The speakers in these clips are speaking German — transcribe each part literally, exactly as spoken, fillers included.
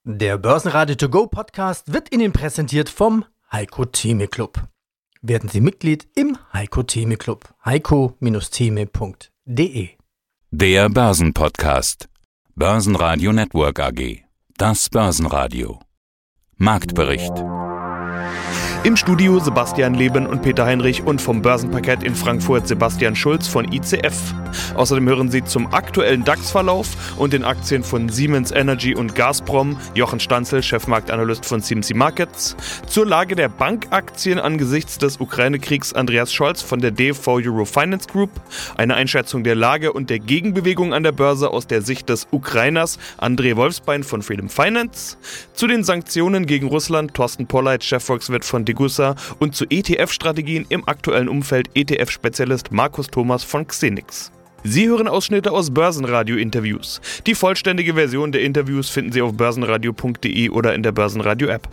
Der Börsenradio To Go Podcast wird Ihnen präsentiert vom Heiko Theme Club. Werden Sie Mitglied im Heiko Theme Club. heiko Theme punkt de. Der Börsenpodcast. Börsenradio Network A G. Das Börsenradio. Marktbericht. Im Studio Sebastian Leben und Peter Heinrich und vom Börsenparkett in Frankfurt Sebastian Schulz von I C F. Außerdem hören Sie zum aktuellen DAX-Verlauf und den Aktien von Siemens Energy und Gazprom Jochen Stanzel, Chefmarktanalyst von C M C Markets, zur Lage der Bankaktien angesichts des Ukraine-Kriegs Andreas Scholz von der D F V Euro Finance Group, eine Einschätzung der Lage und der Gegenbewegung an der Börse aus der Sicht des Ukrainers André Wolfsbein von Freedom Finance, zu den Sanktionen gegen Russland Thorsten Polleit, Chefvolkswirt von Degussa und zu E T F-Strategien im aktuellen Umfeld E T F-Spezialist Markus Thomas von Xenix. Sie hören Ausschnitte aus Börsenradio-Interviews. Die vollständige Version der Interviews finden Sie auf börsenradio punkt de oder in der Börsenradio-App.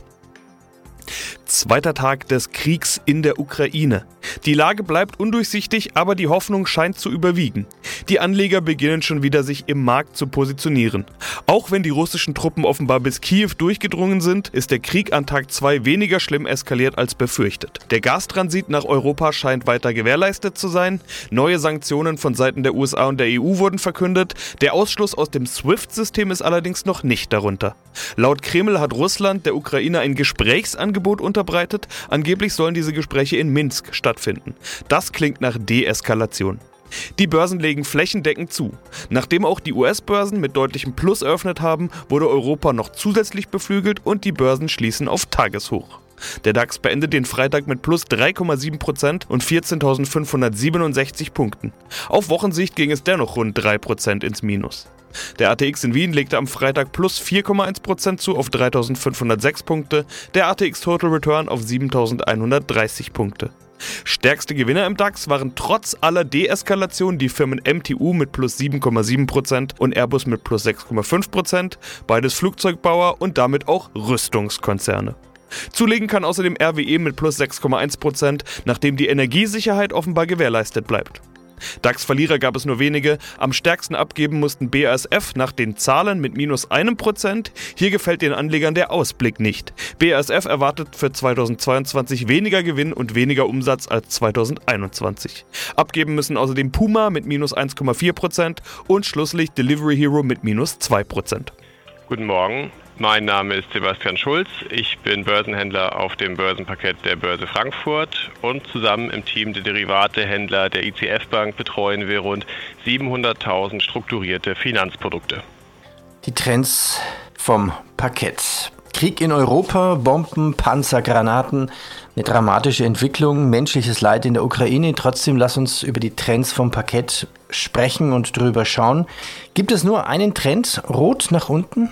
Zweiter Tag des Kriegs in der Ukraine. Die Lage bleibt undurchsichtig, aber die Hoffnung scheint zu überwiegen. Die Anleger beginnen schon wieder, sich im Markt zu positionieren. Auch wenn die russischen Truppen offenbar bis Kiew durchgedrungen sind, ist der Krieg an Tag zwei weniger schlimm eskaliert als befürchtet. Der Gastransit nach Europa scheint weiter gewährleistet zu sein. Neue Sanktionen von Seiten der U S A und der E U wurden verkündet. Der Ausschluss aus dem SWIFT-System ist allerdings noch nicht darunter. Laut Kreml hat Russland der Ukraine ein Gesprächsangebot unterbreitet. Angeblich sollen diese Gespräche in Minsk stattfinden. Das klingt nach Deeskalation. Die Börsen legen flächendeckend zu. Nachdem auch die U S-Börsen mit deutlichem Plus eröffnet haben, wurde Europa noch zusätzlich beflügelt und die Börsen schließen auf Tageshoch. Der DAX beendet den Freitag mit plus drei Komma sieben Prozent und vierzehntausendfünfhundertsiebenundsechzig Punkten. Auf Wochensicht ging es dennoch rund drei Prozent ins Minus. Der A T X in Wien legte am Freitag plus vier Komma eins Prozent zu auf dreitausendfünfhundertsechs Punkte, der A T X Total Return auf siebentausendeinhundertdreißig Punkte. Stärkste Gewinner im DAX waren trotz aller Deeskalation die Firmen M T U mit plus sieben Komma sieben Prozent und Airbus mit plus sechs Komma fünf Prozent, beides Flugzeugbauer und damit auch Rüstungskonzerne. Zulegen kann außerdem R W E mit plus sechs Komma eins Prozent, nachdem die Energiesicherheit offenbar gewährleistet bleibt. DAX-Verlierer gab es nur wenige. Am stärksten abgeben mussten B A S F nach den Zahlen mit minus einem Prozent. Hier gefällt den Anlegern der Ausblick nicht. B A S F erwartet für zweitausendzweiundzwanzig weniger Gewinn und weniger Umsatz als zweitausendeinundzwanzig. Abgeben müssen außerdem Puma mit minus eins Komma vier Prozent und Schlusslicht Delivery Hero mit minus zwei Prozent. Guten Morgen. Mein Name ist Sebastian Schulz, ich bin Börsenhändler auf dem Börsenparkett der Börse Frankfurt und zusammen im Team der Derivatehändler der I C F Bank betreuen wir rund siebenhunderttausend strukturierte Finanzprodukte. Die Trends vom Parkett. Krieg in Europa, Bomben, Panzer, Granaten, eine dramatische Entwicklung, menschliches Leid in der Ukraine. Trotzdem lass uns über die Trends vom Parkett sprechen und drüber schauen. Gibt es nur einen Trend, rot nach unten?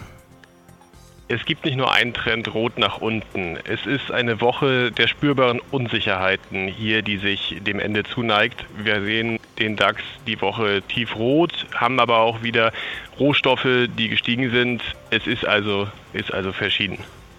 Es gibt nicht nur einen Trend rot nach unten. Es ist eine Woche der spürbaren Unsicherheiten hier, die sich dem Ende zuneigt. Wir sehen den DAX die Woche tiefrot, haben aber auch wieder Rohstoffe, die gestiegen sind. Es ist also, ist also verschieden.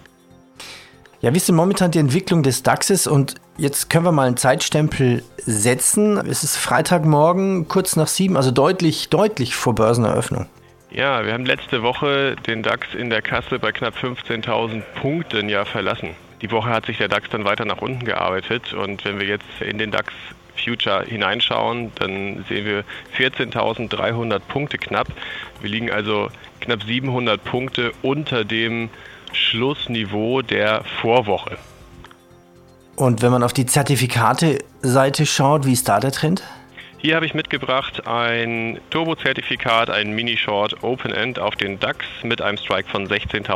Ja, wie ist denn momentan die Entwicklung des DAXes? Und jetzt können wir mal einen Zeitstempel setzen. Es ist Freitagmorgen, kurz nach sieben, also deutlich, deutlich vor Börseneröffnung. Ja, wir haben letzte Woche den DAX in der Kasse bei knapp fünfzehntausend Punkten ja verlassen. Die Woche hat sich der DAX dann weiter nach unten gearbeitet und wenn wir jetzt in den DAX Future hineinschauen, dann sehen wir vierzehntausenddreihundert Punkte knapp. Wir liegen also knapp siebenhundert Punkte unter dem Schlussniveau der Vorwoche. Und wenn man auf die Zertifikate-Seite schaut, wie ist da der Trend? Hier habe ich mitgebracht ein Turbo-Zertifikat, ein Mini-Short Open-End auf den DAX mit einem Strike von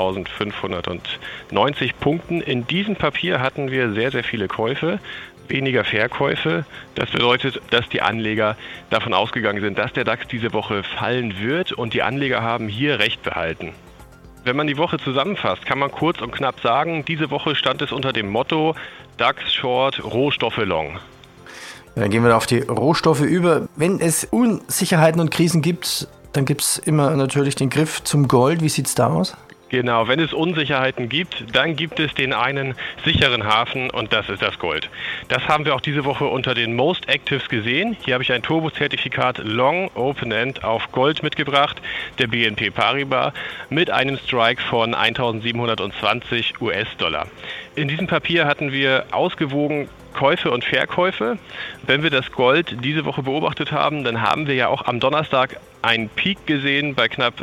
sechzehntausendfünfhundertneunzig Punkten. In diesem Papier hatten wir sehr, sehr viele Käufe, weniger Verkäufe. Das bedeutet, dass die Anleger davon ausgegangen sind, dass der DAX diese Woche fallen wird und die Anleger haben hier Recht behalten. Wenn man die Woche zusammenfasst, kann man kurz und knapp sagen, diese Woche stand es unter dem Motto DAX Short, Rohstoffe Long. Dann gehen wir auf die Rohstoffe über. Wenn es Unsicherheiten und Krisen gibt, dann gibt es immer natürlich den Griff zum Gold. Wie sieht es da aus? Genau, wenn es Unsicherheiten gibt, dann gibt es den einen sicheren Hafen und das ist das Gold. Das haben wir auch diese Woche unter den Most Actives gesehen. Hier habe ich ein Turbo-Zertifikat Long Open End auf Gold mitgebracht, der B N P Paribas, mit einem Strike von eintausendsiebenhundertzwanzig US-Dollar. In diesem Papier hatten wir ausgewogen Käufe und Verkäufe. Wenn wir das Gold diese Woche beobachtet haben, dann haben wir ja auch am Donnerstag einen Peak gesehen bei knapp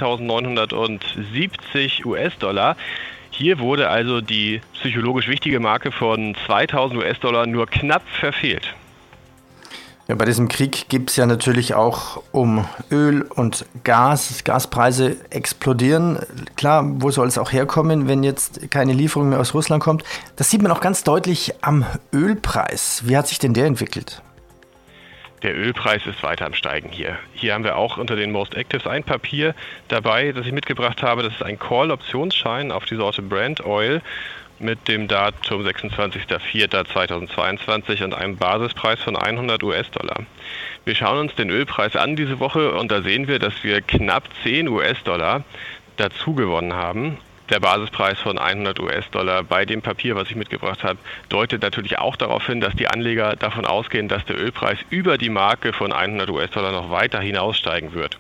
eintausendneunhundertsiebzig US-Dollar. Hier wurde also die psychologisch wichtige Marke von zweitausend US-Dollar nur knapp verfehlt. Ja, bei diesem Krieg gibt es ja natürlich auch um Öl und Gas. Gaspreise explodieren. Klar, wo soll es auch herkommen, wenn jetzt keine Lieferung mehr aus Russland kommt? Das sieht man auch ganz deutlich am Ölpreis. Wie hat sich denn der entwickelt? Der Ölpreis ist weiter am Steigen hier. Hier haben wir auch unter den Most Actives ein Papier dabei, das ich mitgebracht habe. Das ist ein Call-Optionsschein auf die Sorte Brent Oil mit dem Datum sechsundzwanzigster vierter zweitausendzweiundzwanzig und einem Basispreis von hundert US-Dollar. Wir schauen uns den Ölpreis an diese Woche und da sehen wir, dass wir knapp zehn US-Dollar dazu gewonnen haben. Der Basispreis von hundert US-Dollar bei dem Papier, was ich mitgebracht habe, deutet natürlich auch darauf hin, dass die Anleger davon ausgehen, dass der Ölpreis über die Marke von hundert US-Dollar noch weiter hinaussteigen wird.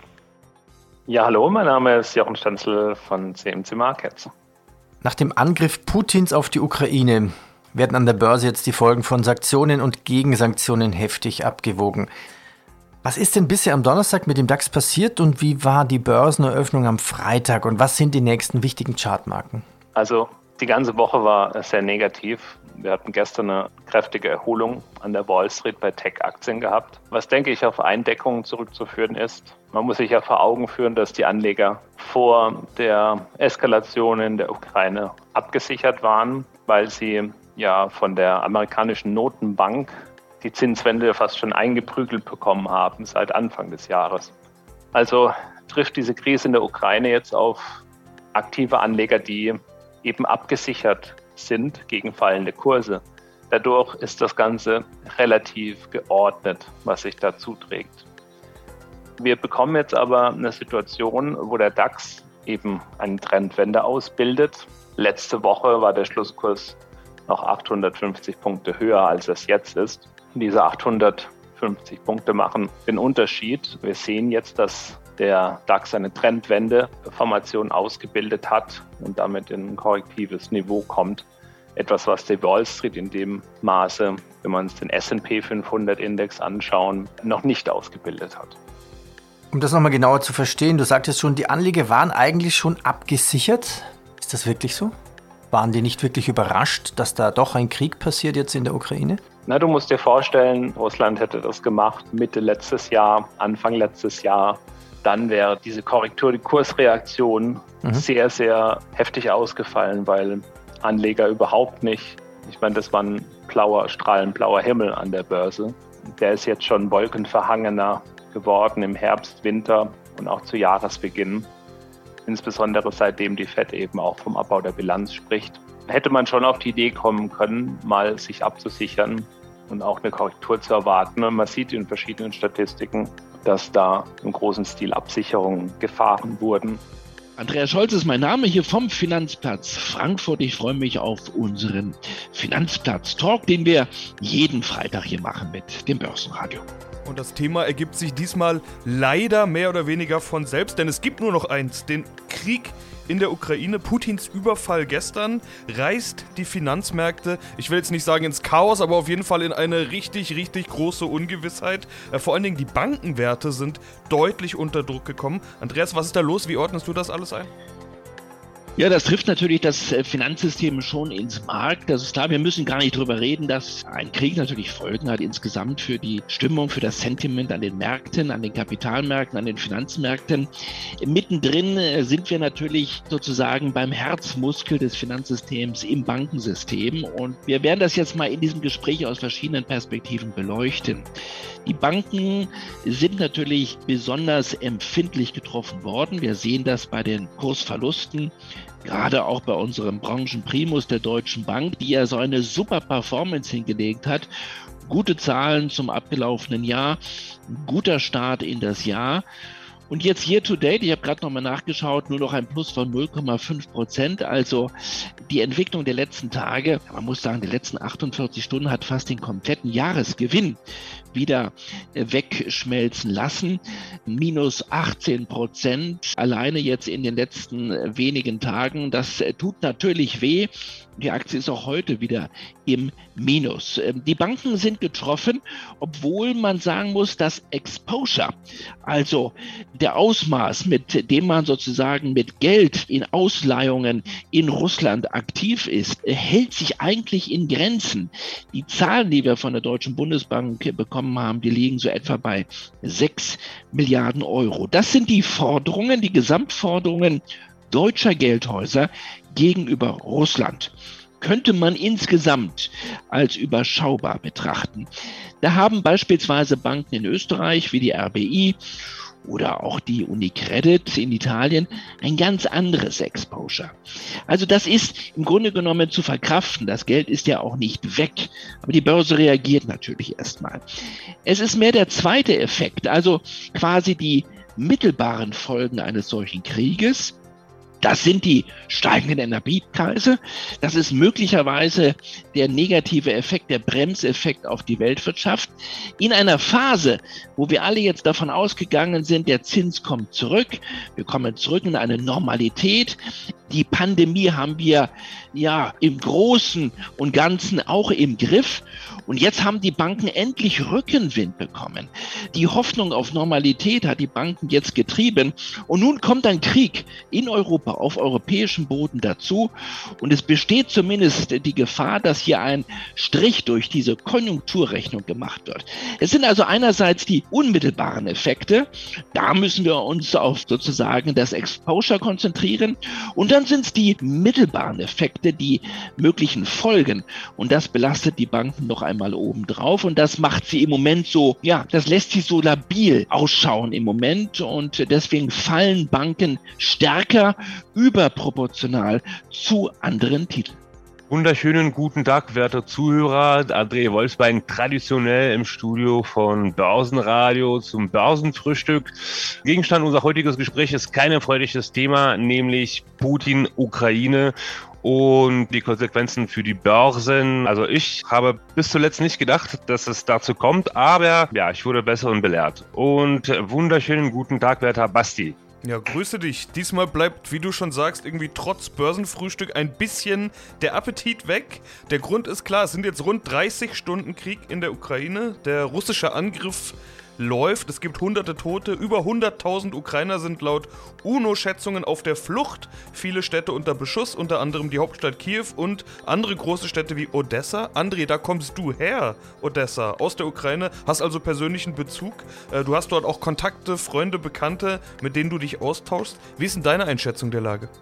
Ja, hallo, mein Name ist Jochen Stenzel von C M C Markets. Nach dem Angriff Putins auf die Ukraine werden an der Börse jetzt die Folgen von Sanktionen und Gegensanktionen heftig abgewogen. Was ist denn bisher am Donnerstag mit dem DAX passiert und wie war die Börseneröffnung am Freitag und was sind die nächsten wichtigen Chartmarken? Also die ganze Woche war sehr negativ. Wir hatten gestern eine kräftige Erholung an der Wall Street bei Tech-Aktien gehabt, was, denke ich, auf Eindeckungen zurückzuführen ist. Man muss sich ja vor Augen führen, dass die Anleger vor der Eskalation in der Ukraine abgesichert waren, weil sie ja von der amerikanischen Notenbank die Zinswende fast schon eingeprügelt bekommen haben seit Anfang des Jahres. Also trifft diese Krise in der Ukraine jetzt auf aktive Anleger, die eben abgesichert sind gegen fallende Kurse. Dadurch ist das Ganze relativ geordnet, was sich da zuträgt. Wir bekommen jetzt aber eine Situation, wo der DAX eben eine Trendwende ausbildet. Letzte Woche war der Schlusskurs noch achthundertfünfzig Punkte höher, als es jetzt ist. Diese achthundertfünfzig Punkte machen den Unterschied. Wir sehen jetzt, dass der DAX eine Trendwende-Formation ausgebildet hat und damit in ein korrektives Niveau kommt. Etwas, was die Wall Street in dem Maße, wenn man uns den S und P fünfhundert Index anschauen, noch nicht ausgebildet hat. Um das nochmal genauer zu verstehen, du sagtest schon, die Anleger waren eigentlich schon abgesichert. Ist das wirklich so? Waren die nicht wirklich überrascht, dass da doch ein Krieg passiert jetzt in der Ukraine? Na, du musst dir vorstellen, Russland hätte das gemacht Mitte letztes Jahr, Anfang letztes Jahr. Dann wäre diese Korrektur, die Kursreaktion mhm. sehr, sehr heftig ausgefallen, weil Anleger überhaupt nicht, ich meine, das war ein blauer, strahlend blauer Himmel an der Börse. Der ist jetzt schon wolkenverhangener geworden im Herbst, Winter und auch zu Jahresbeginn. Insbesondere seitdem die Fed eben auch vom Abbau der Bilanz spricht. Hätte man schon auf die Idee kommen können, mal sich abzusichern und auch eine Korrektur zu erwarten. Und man sieht in verschiedenen Statistiken, dass da im großen Stil Absicherungen gefahren wurden. Andreas Scholz ist mein Name hier vom Finanzplatz Frankfurt. Ich freue mich auf unseren Finanzplatz-Talk, den wir jeden Freitag hier machen mit dem Börsenradio. Und das Thema ergibt sich diesmal leider mehr oder weniger von selbst, denn es gibt nur noch eins, den Krieg in der Ukraine. Putins Überfall gestern reißt die Finanzmärkte, ich will jetzt nicht sagen ins Chaos, aber auf jeden Fall in eine richtig, richtig große Ungewissheit. Äh, vor allen Dingen die Bankenwerte sind deutlich unter Druck gekommen. Andreas, was ist da los? Wie ordnest du das alles ein? Ja, das trifft natürlich das Finanzsystem schon ins Mark. Das ist klar, wir müssen gar nicht drüber reden, dass ein Krieg natürlich Folgen hat insgesamt für die Stimmung, für das Sentiment an den Märkten, an den Kapitalmärkten, an den Finanzmärkten. Mittendrin sind wir natürlich sozusagen beim Herzmuskel des Finanzsystems im Bankensystem. Und wir werden das jetzt mal in diesem Gespräch aus verschiedenen Perspektiven beleuchten. Die Banken sind natürlich besonders empfindlich getroffen worden. Wir sehen das bei den Kursverlusten. Gerade auch bei unserem Branchenprimus der Deutschen Bank, die ja so eine super Performance hingelegt hat. Gute Zahlen zum abgelaufenen Jahr, guter Start in das Jahr. Und jetzt year to date, ich habe gerade nochmal nachgeschaut, nur noch ein Plus von null Komma fünf Prozent. Also die Entwicklung der letzten Tage, man muss sagen, die letzten achtundvierzig Stunden hat fast den kompletten Jahresgewinn wieder wegschmelzen lassen. Minus achtzehn Prozent alleine jetzt in den letzten wenigen Tagen. Das tut natürlich weh. Die Aktie ist auch heute wieder im Minus. Die Banken sind getroffen, obwohl man sagen muss, dass Exposure, also der Ausmaß, mit dem man sozusagen mit Geld in Ausleihungen in Russland aktiv ist, hält sich eigentlich in Grenzen. Die Zahlen, die wir von der Deutschen Bundesbank bekommen haben, die liegen so etwa bei sechs Milliarden Euro. Das sind die Forderungen, die Gesamtforderungen deutscher Geldhäuser gegenüber Russland. Könnte man insgesamt als überschaubar betrachten. Da haben beispielsweise Banken in Österreich wie die R B I oder auch die Unicredit in Italien ein ganz anderes Exposure. Also das ist im Grunde genommen zu verkraften. Das Geld ist ja auch nicht weg, aber die Börse reagiert natürlich erstmal. Es ist mehr der zweite Effekt, also quasi die mittelbaren Folgen eines solchen Krieges. Das sind die steigenden Energiepreise. Das ist möglicherweise der negative Effekt, der Bremseffekt auf die Weltwirtschaft. In einer Phase, wo wir alle jetzt davon ausgegangen sind, der Zins kommt zurück. Wir kommen zurück in eine Normalität. Die Pandemie haben wir ja im Großen und Ganzen auch im Griff. Und jetzt haben die Banken endlich Rückenwind bekommen. Die Hoffnung auf Normalität hat die Banken jetzt getrieben. Und nun kommt ein Krieg in Europa, auf europäischem Boden dazu. Und es besteht zumindest die Gefahr, dass hier ein Strich durch diese Konjunkturrechnung gemacht wird. Es sind also einerseits die unmittelbaren Effekte. Da müssen wir uns auf sozusagen das Exposure konzentrieren. Und dann sind es die mittelbaren Effekte, die möglichen Folgen. Und das belastet die Banken noch einmal obendrauf. Und das macht sie im Moment so, ja, das lässt sie so labil ausschauen im Moment. Und deswegen fallen Banken stärker überproportional zu anderen Titeln. Wunderschönen guten Tag, werte Zuhörer. André Wolfsbein traditionell im Studio von Börsenradio zum Börsenfrühstück. Gegenstand unser heutiges Gespräch ist kein erfreuliches Thema, nämlich Putin, Ukraine und die Konsequenzen für die Börsen. Also ich habe bis zuletzt nicht gedacht, dass es dazu kommt, aber ja, ich wurde Besseren belehrt. Und wunderschönen guten Tag, werter Basti. Ja, grüße dich. Diesmal bleibt, wie du schon sagst, irgendwie trotz Börsenfrühstück ein bisschen der Appetit weg. Der Grund ist klar, es sind jetzt rund dreißig Stunden Krieg in der Ukraine. Der russische Angriff läuft, es gibt hunderte Tote, über hunderttausend Ukrainer sind laut UNO-Schätzungen auf der Flucht. Viele Städte unter Beschuss, unter anderem die Hauptstadt Kiew und andere große Städte wie Odessa. André, da kommst du her, Odessa, aus der Ukraine, hast also persönlichen Bezug. Du hast dort auch Kontakte, Freunde, Bekannte, mit denen du dich austauschst. Wie ist denn deine Einschätzung der Lage?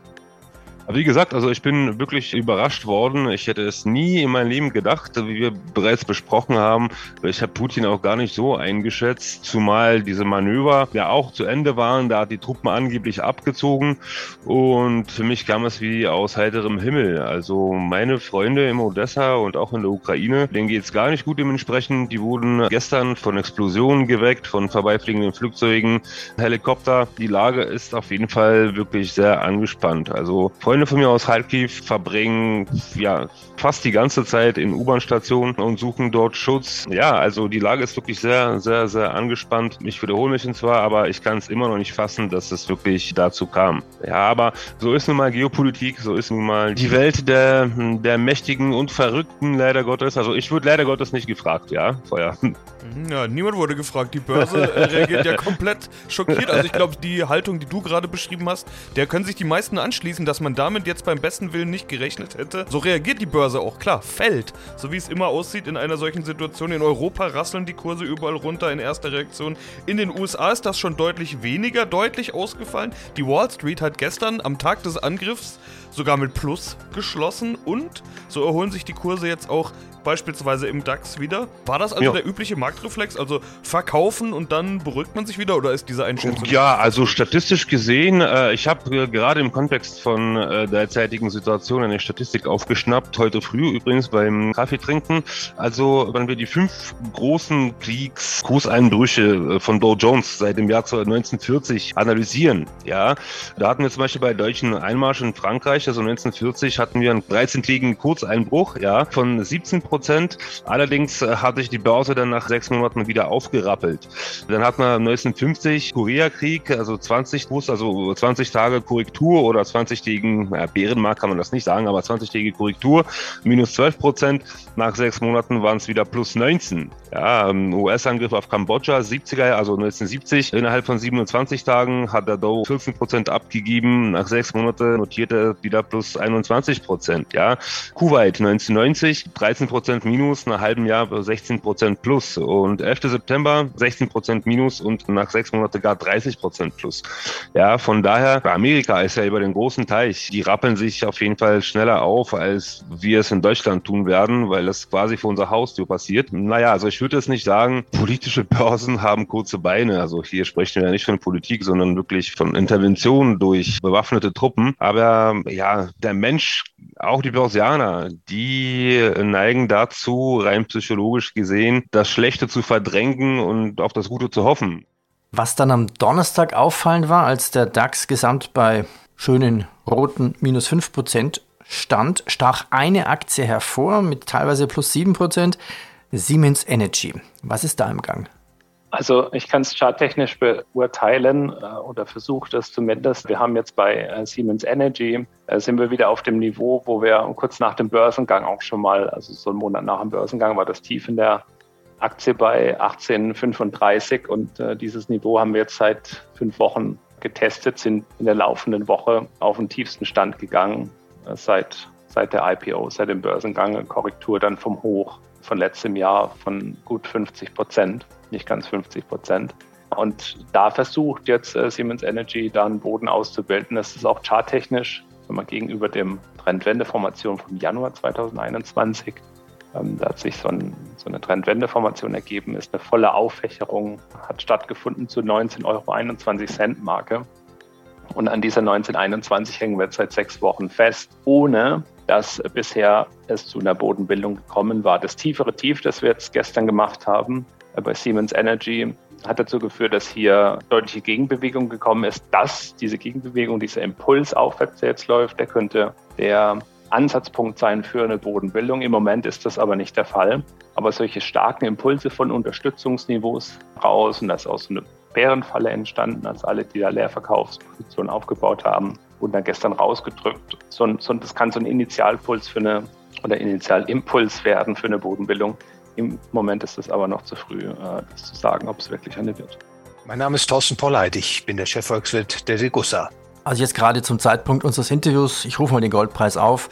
Wie gesagt, also ich bin wirklich überrascht worden. Ich hätte es nie in meinem Leben gedacht, wie wir bereits besprochen haben. Ich habe Putin auch gar nicht so eingeschätzt, zumal diese Manöver ja auch zu Ende waren. Da hat die Truppen angeblich abgezogen und für mich kam es wie aus heiterem Himmel. Also meine Freunde im Odessa und auch in der Ukraine, denen geht es gar nicht gut dementsprechend. Die wurden gestern von Explosionen geweckt, von vorbeifliegenden Flugzeugen, Helikopter. Die Lage ist auf jeden Fall wirklich sehr angespannt. Also Freunde von mir aus Kharkiv verbringen ja fast die ganze Zeit in U-Bahn-Stationen und suchen dort Schutz. Ja, also die Lage ist wirklich sehr, sehr, sehr angespannt. Ich wiederhole mich zwar, aber ich kann es immer noch nicht fassen, dass es wirklich dazu kam. Ja, aber so ist nun mal Geopolitik, so ist nun mal die Welt der, der Mächtigen und Verrückten, leider Gottes. Also ich wurde leider Gottes nicht gefragt, ja, vorher. Ja, niemand wurde gefragt. Die Börse äh, reagiert ja komplett schockiert. Also ich glaube, die Haltung, die du gerade beschrieben hast, der können sich die meisten anschließen, dass man damit jetzt beim besten Willen nicht gerechnet hätte. So reagiert die Börse auch, klar, fällt. So wie es immer aussieht in einer solchen Situation. In Europa rasseln die Kurse überall runter in erster Reaktion. In den U S A ist das schon deutlich weniger deutlich ausgefallen. Die Wall Street hat gestern am Tag des Angriffs sogar mit Plus geschlossen und so erholen sich die Kurse jetzt auch beispielsweise im DAX wieder. War das also ja. der übliche Marktreflex? Also verkaufen und dann beruhigt man sich wieder, oder ist diese Einschätzung? Ja, also statistisch gesehen, äh, ich habe äh, gerade im Kontext von äh, derzeitigen Situation eine Statistik aufgeschnappt, heute früh übrigens beim Kaffeetrinken. Also wenn wir die fünf großen Kriegskurseinbrüche äh, von Dow Jones seit dem Jahr neunzehnhundertvierzig analysieren, ja, da hatten wir zum Beispiel bei deutschen Einmarsch in Frankreich, also neunzehnhundertvierzig hatten wir einen dreizehntägigen Kurseinbruch, ja, von siebzehn Prozent. Allerdings äh, hat sich die Börse dann nach sechs Monaten wieder aufgerappelt. Dann hat man neunzehnhundertfünfzig Koreakrieg, also zwanzig Kurs, also zwanzig Tage Korrektur oder zwanzig-tägigen ja, Bärenmarkt kann man das nicht sagen, aber zwanzig-tägige Korrektur, minus zwölf Prozent. Nach sechs Monaten waren es wieder plus neunzehn. Ja, U S-Angriff auf Kambodscha, siebziger, also neunzehnhundertsiebzig. Innerhalb von siebenundzwanzig Tagen hat der Dow vierzehn Prozent abgegeben. Nach sechs Monaten notierte er wieder plus einundzwanzig Prozent. Ja, Kuwait neunzehnhundertneunzig, dreizehn Prozent minus, nach einem halben Jahr sechzehn Prozent plus. Und elfter September sechzehn Prozent minus und nach sechs Monaten gar dreißig Prozent plus. Ja, von daher, Amerika ist ja über den großen Teich. Die rappeln sich auf jeden Fall schneller auf, als wir es in Deutschland tun werden, weil das quasi vor unserer Haustür passiert. Naja, also ich würde es nicht sagen, politische Börsen haben kurze Beine. Also hier sprechen wir ja nicht von Politik, sondern wirklich von Interventionen durch bewaffnete Truppen. Aber ja, der Mensch, auch die Börsianer, die neigen dazu, rein psychologisch gesehen, das Schlechte zu verdrängen und auf das Gute zu hoffen. Was dann am Donnerstag auffallend war, als der DAX gesamt bei schönen roten minus fünf Prozent stand, stach eine Aktie hervor mit teilweise plus sieben Prozent, Siemens Energy. Was ist da im Gang? Also ich kann es charttechnisch beurteilen äh, oder versuche das zumindest. Wir haben jetzt bei äh, Siemens Energy, äh, sind wir wieder auf dem Niveau, wo wir kurz nach dem Börsengang auch schon mal, also so einen Monat nach dem Börsengang war das Tief in der Aktie bei achtzehn Komma fünfunddreißig und äh, dieses Niveau haben wir jetzt seit fünf Wochen getestet, sind in der laufenden Woche auf den tiefsten Stand gegangen, äh, seit, seit der I P O, seit dem Börsengang, eine Korrektur dann vom Hoch von letztem Jahr von gut fünfzig Prozent, nicht ganz fünfzig Prozent. Und da versucht jetzt äh, Siemens Energy da einen Boden auszubilden. Das ist auch charttechnisch, wenn man gegenüber dem Trendwendeformation vom Januar zweitausendeinundzwanzig, ähm, da hat sich so, ein, so eine Trendwendeformation ergeben, ist eine volle Auffächerung, hat stattgefunden zu neunzehn Euro einundzwanzig Cent Marke. Und an dieser neunzehn einundzwanzig hängen wir jetzt seit sechs Wochen fest, ohne dass bisher es zu einer Bodenbildung gekommen war. Das tiefere Tief, das wir jetzt gestern gemacht haben bei Siemens Energy, hat dazu geführt, dass hier deutliche Gegenbewegung gekommen ist. Dass diese Gegenbewegung, dieser Impuls aufwärts, der jetzt läuft, der könnte der Ansatzpunkt sein für eine Bodenbildung. Im Moment ist das aber nicht der Fall. Aber solche starken Impulse von Unterstützungsniveaus raus, und da ist auch so eine Bärenfalle entstanden, als alle, die da Leerverkaufspositionen aufgebaut haben, wurden dann gestern rausgedrückt. So ein, so, das kann so ein Initialpuls für eine oder Initialimpuls werden für eine Bodenbildung. Im Moment ist es aber noch zu früh, das zu sagen, ob es wirklich eine wird. Mein Name ist Thorsten Polleit, ich bin der Chefvolkswirt der Degussa. Also jetzt gerade zum Zeitpunkt unseres Interviews, ich rufe mal den Goldpreis auf,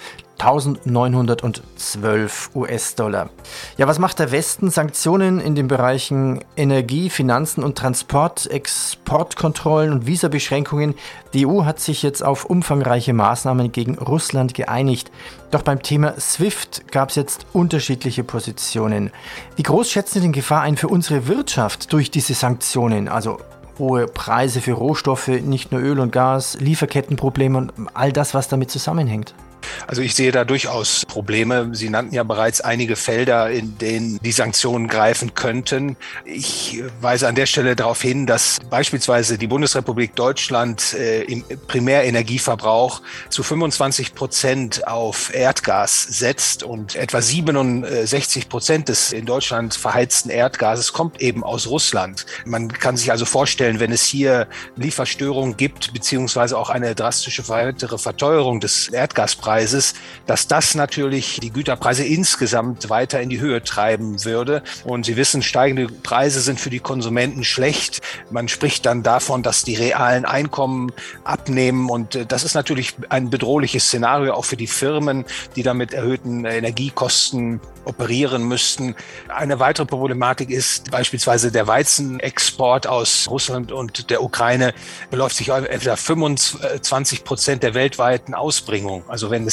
eintausendneunhundertzwölf US-Dollar. Ja, was macht der Westen? Sanktionen in den Bereichen Energie, Finanzen und Transport, Exportkontrollen und Visabeschränkungen. Die E U hat sich jetzt auf umfangreiche Maßnahmen gegen Russland geeinigt. Doch beim Thema SWIFT gab es jetzt unterschiedliche Positionen. Wie groß schätzen Sie die Gefahr ein für unsere Wirtschaft durch diese Sanktionen? Also hohe Preise für Rohstoffe, nicht nur Öl und Gas, Lieferkettenprobleme und all das, was damit zusammenhängt. Also ich sehe da durchaus Probleme. Sie nannten ja bereits einige Felder, in denen die Sanktionen greifen könnten. Ich weise an der Stelle darauf hin, dass beispielsweise die Bundesrepublik Deutschland äh, im Primärenergieverbrauch zu fünfundzwanzig Prozent auf Erdgas setzt und etwa siebenundsechzig Prozent des in Deutschland verheizten Erdgases kommt eben aus Russland. Man kann sich also vorstellen, wenn es hier Lieferstörungen gibt, beziehungsweise auch eine drastische weitere Verteuerung des Erdgaspreises, dass das natürlich die Güterpreise insgesamt weiter in die Höhe treiben würde. Und Sie wissen, steigende Preise sind für die Konsumenten schlecht. Man spricht dann davon, dass die realen Einkommen abnehmen. Und das ist natürlich ein bedrohliches Szenario auch für die Firmen, die da mit erhöhten Energiekosten operieren müssten. Eine weitere Problematik ist beispielsweise der Weizenexport aus Russland und der Ukraine beläuft sich auf etwa fünfundzwanzig Prozent der weltweiten Ausbringung. Also wenn es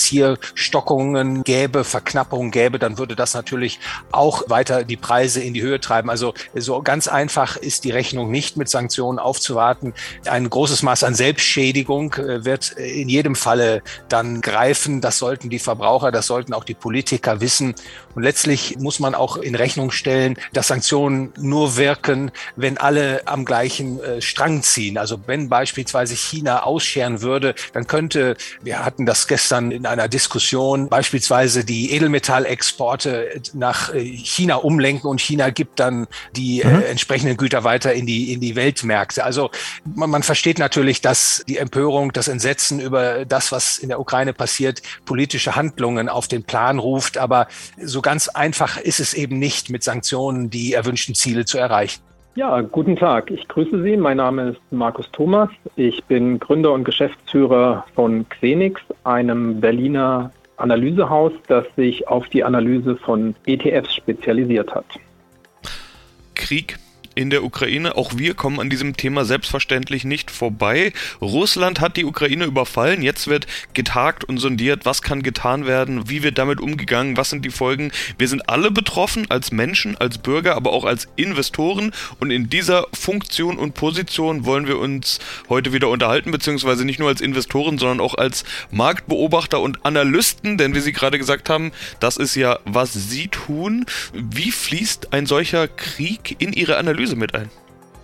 es hier Stockungen gäbe, Verknappungen gäbe, dann würde das natürlich auch weiter die Preise in die Höhe treiben. Also so ganz einfach ist die Rechnung nicht mit Sanktionen aufzuwarten. Ein großes Maß an Selbstschädigung wird in jedem Falle dann greifen. Das sollten die Verbraucher, das sollten auch die Politiker wissen. Und letztlich muss man auch in Rechnung stellen, dass Sanktionen nur wirken, wenn alle am gleichen äh, Strang ziehen. Also wenn beispielsweise China ausscheren würde, dann könnte, wir hatten das gestern in einer Diskussion, beispielsweise die Edelmetallexporte nach äh, China umlenken und China gibt dann die äh, mhm. entsprechenden Güter weiter in die, in die Weltmärkte. Also man, man versteht natürlich, dass die Empörung, das Entsetzen über das, was in der Ukraine passiert, politische Handlungen auf den Plan ruft. Aber so ganz einfach ist es eben nicht, mit Sanktionen die erwünschten Ziele zu erreichen. Ja, guten Tag. Ich grüße Sie. Mein Name ist Markus Thomas. Ich bin Gründer und Geschäftsführer von Xenix, einem Berliner Analysehaus, das sich auf die Analyse von E T Fs spezialisiert hat. Krieg in der Ukraine. Auch wir kommen an diesem Thema selbstverständlich nicht vorbei. Russland hat die Ukraine überfallen. Jetzt wird getagt und sondiert, was kann getan werden, wie wird damit umgegangen, was sind die Folgen. Wir sind alle betroffen, als Menschen, als Bürger, aber auch als Investoren. Und in dieser Funktion und Position wollen wir uns heute wieder unterhalten, beziehungsweise nicht nur als Investoren, sondern auch als Marktbeobachter und Analysten, denn wie Sie gerade gesagt haben, das ist ja, was Sie tun. Wie fließt ein solcher Krieg in Ihre Analyse mit ein?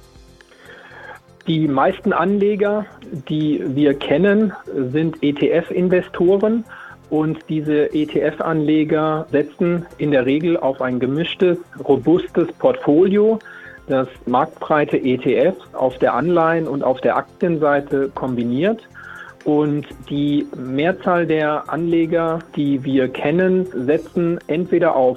Die meisten Anleger, die wir kennen, sind E T F-Investoren und diese E T F-Anleger setzen in der Regel auf ein gemischtes, robustes Portfolio, das marktbreite E T Fs auf der Anleihen- und auf der Aktienseite kombiniert. Und die Mehrzahl der Anleger, die wir kennen, setzen entweder auf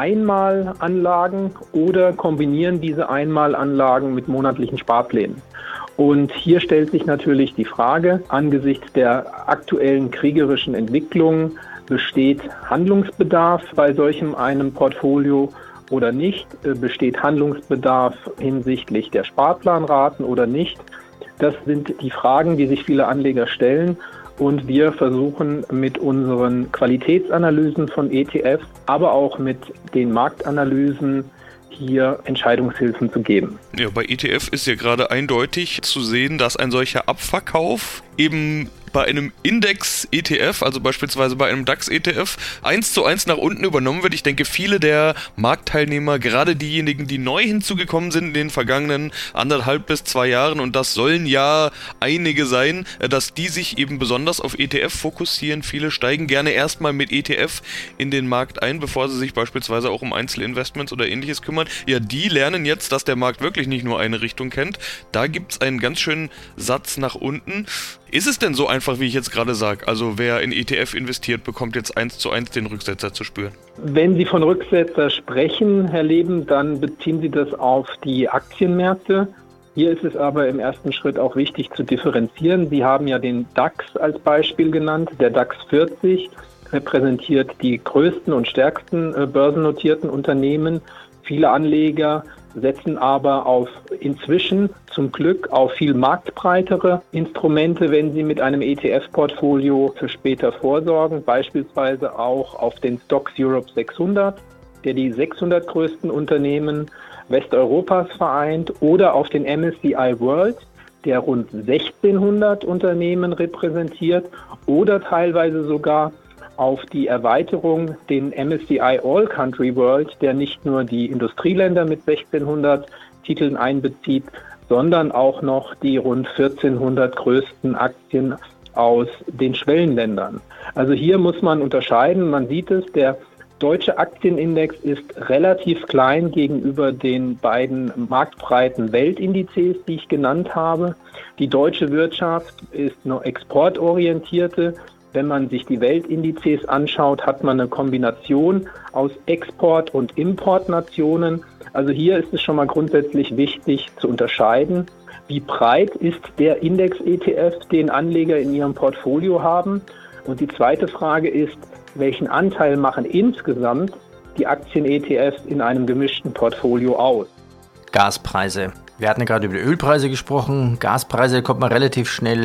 Einmalanlagen oder kombinieren diese Einmalanlagen mit monatlichen Sparplänen. Und hier stellt sich natürlich die Frage, angesichts der aktuellen kriegerischen Entwicklung, besteht Handlungsbedarf bei solchem einem Portfolio oder nicht? Besteht Handlungsbedarf hinsichtlich der Sparplanraten oder nicht? Das sind die Fragen, die sich viele Anleger stellen und wir versuchen mit unseren Qualitätsanalysen von E T Fs, aber auch mit den Marktanalysen hier Entscheidungshilfen zu geben. Ja, bei E T F ist ja gerade eindeutig zu sehen, dass ein solcher Abverkauf eben bei einem Index-E T F, also beispielsweise bei einem DAX-E T F, eins zu eins nach unten übernommen wird. Ich denke, viele der Marktteilnehmer, gerade diejenigen, die neu hinzugekommen sind in den vergangenen anderthalb bis zwei Jahren, und das sollen ja einige sein, dass die sich eben besonders auf E T F fokussieren. Viele steigen gerne erstmal mit E T F in den Markt ein, bevor sie sich beispielsweise auch um Einzelinvestments oder ähnliches kümmern. Ja, die lernen jetzt, dass der Markt wirklich nicht nur eine Richtung kennt. Da gibt es einen ganz schönen Satz nach unten. Ist es denn so einfach, wie ich jetzt gerade sage? Also wer in E T F investiert, bekommt jetzt eins zu eins den Rücksetzer zu spüren? Wenn Sie von Rücksetzer sprechen, Herr Leben, dann beziehen Sie das auf die Aktienmärkte. Hier ist es aber im ersten Schritt auch wichtig zu differenzieren. Sie haben ja den DAX als Beispiel genannt. Der DAX vierzig repräsentiert die größten und stärksten äh, börsennotierten Unternehmen. Viele Anleger setzen aber auf inzwischen zum Glück auf viel marktbreitere Instrumente, wenn sie mit einem E T F-Portfolio für später vorsorgen, beispielsweise auch auf den Stoxx Europe sechshundert, der die sechshundert größten Unternehmen Westeuropas vereint, oder auf den M S C I World, der rund sechzehnhundert Unternehmen repräsentiert, oder teilweise sogar auf die Erweiterung, den M S C I All Country World, der nicht nur die Industrieländer mit sechzehnhundert Titeln einbezieht, sondern auch noch die rund vierzehnhundert größten Aktien aus den Schwellenländern. Also hier muss man unterscheiden. Man sieht es, der deutsche Aktienindex ist relativ klein gegenüber den beiden marktbreiten Weltindizes, die ich genannt habe. Die deutsche Wirtschaft ist noch exportorientierte. Wenn man sich die Weltindizes anschaut, hat man eine Kombination aus Export- und Importnationen. Also hier ist es schon mal grundsätzlich wichtig zu unterscheiden, wie breit ist der Index-E T F, den Anleger in ihrem Portfolio haben. Und die zweite Frage ist, welchen Anteil machen insgesamt die Aktien-E T Fs in einem gemischten Portfolio aus? Gaspreise. Wir hatten ja gerade über die Ölpreise gesprochen. Gaspreise kommt man relativ schnell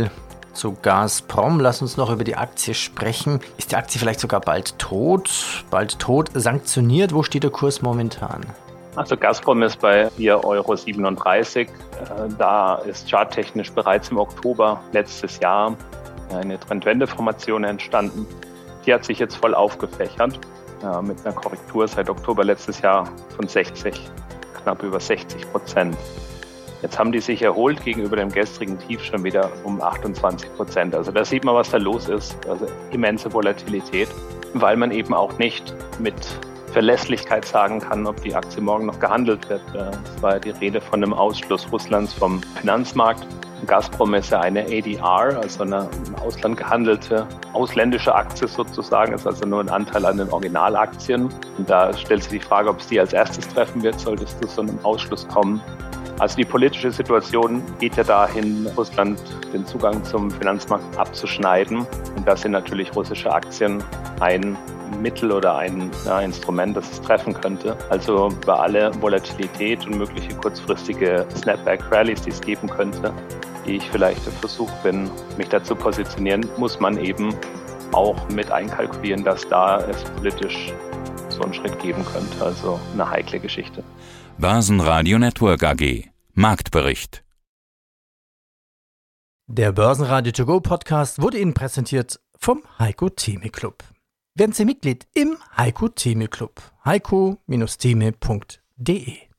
zu Gazprom. Lass uns noch über die Aktie sprechen. Ist die Aktie vielleicht sogar bald tot? Bald tot sanktioniert? Wo steht der Kurs momentan? Also Gazprom ist bei vier Euro siebenunddreißig. Da ist charttechnisch bereits im Oktober letztes Jahr eine Trendwendeformation entstanden. Die hat sich jetzt voll aufgefächert mit einer Korrektur seit Oktober letztes Jahr von sechzig, knapp über sechzig Prozent. Jetzt haben die sich erholt gegenüber dem gestrigen Tief schon wieder um achtundzwanzig Prozent. Also da sieht man, was da los ist. Also immense Volatilität, weil man eben auch nicht mit Verlässlichkeit sagen kann, ob die Aktie morgen noch gehandelt wird. Es war ja die Rede von einem Ausschluss Russlands vom Finanzmarkt. Gazprom ist ja eine A D R, also eine im Ausland gehandelte ausländische Aktie sozusagen, ist also nur ein Anteil an den Originalaktien. Und da stellt sich die Frage, ob es die als erstes treffen wird, sollte es zu so einem Ausschluss kommen. Also die politische Situation geht ja dahin, Russland den Zugang zum Finanzmarkt abzuschneiden. Und da sind natürlich russische Aktien ein Mittel oder ein ja, Instrument, das es treffen könnte. Also bei aller Volatilität und mögliche kurzfristige Snapback-Rallies, die es geben könnte, die ich vielleicht versucht bin, mich dazu positionieren, muss man eben auch mit einkalkulieren, dass da es politisch so einen Schritt geben könnte. Also eine heikle Geschichte. Börsenradio Network A G. Marktbericht. Der Börsenradio To Go Podcast wurde Ihnen präsentiert vom Heiko Theme Club. Werden Sie Mitglied im Heiko Theme Club. heiko Theme punkt de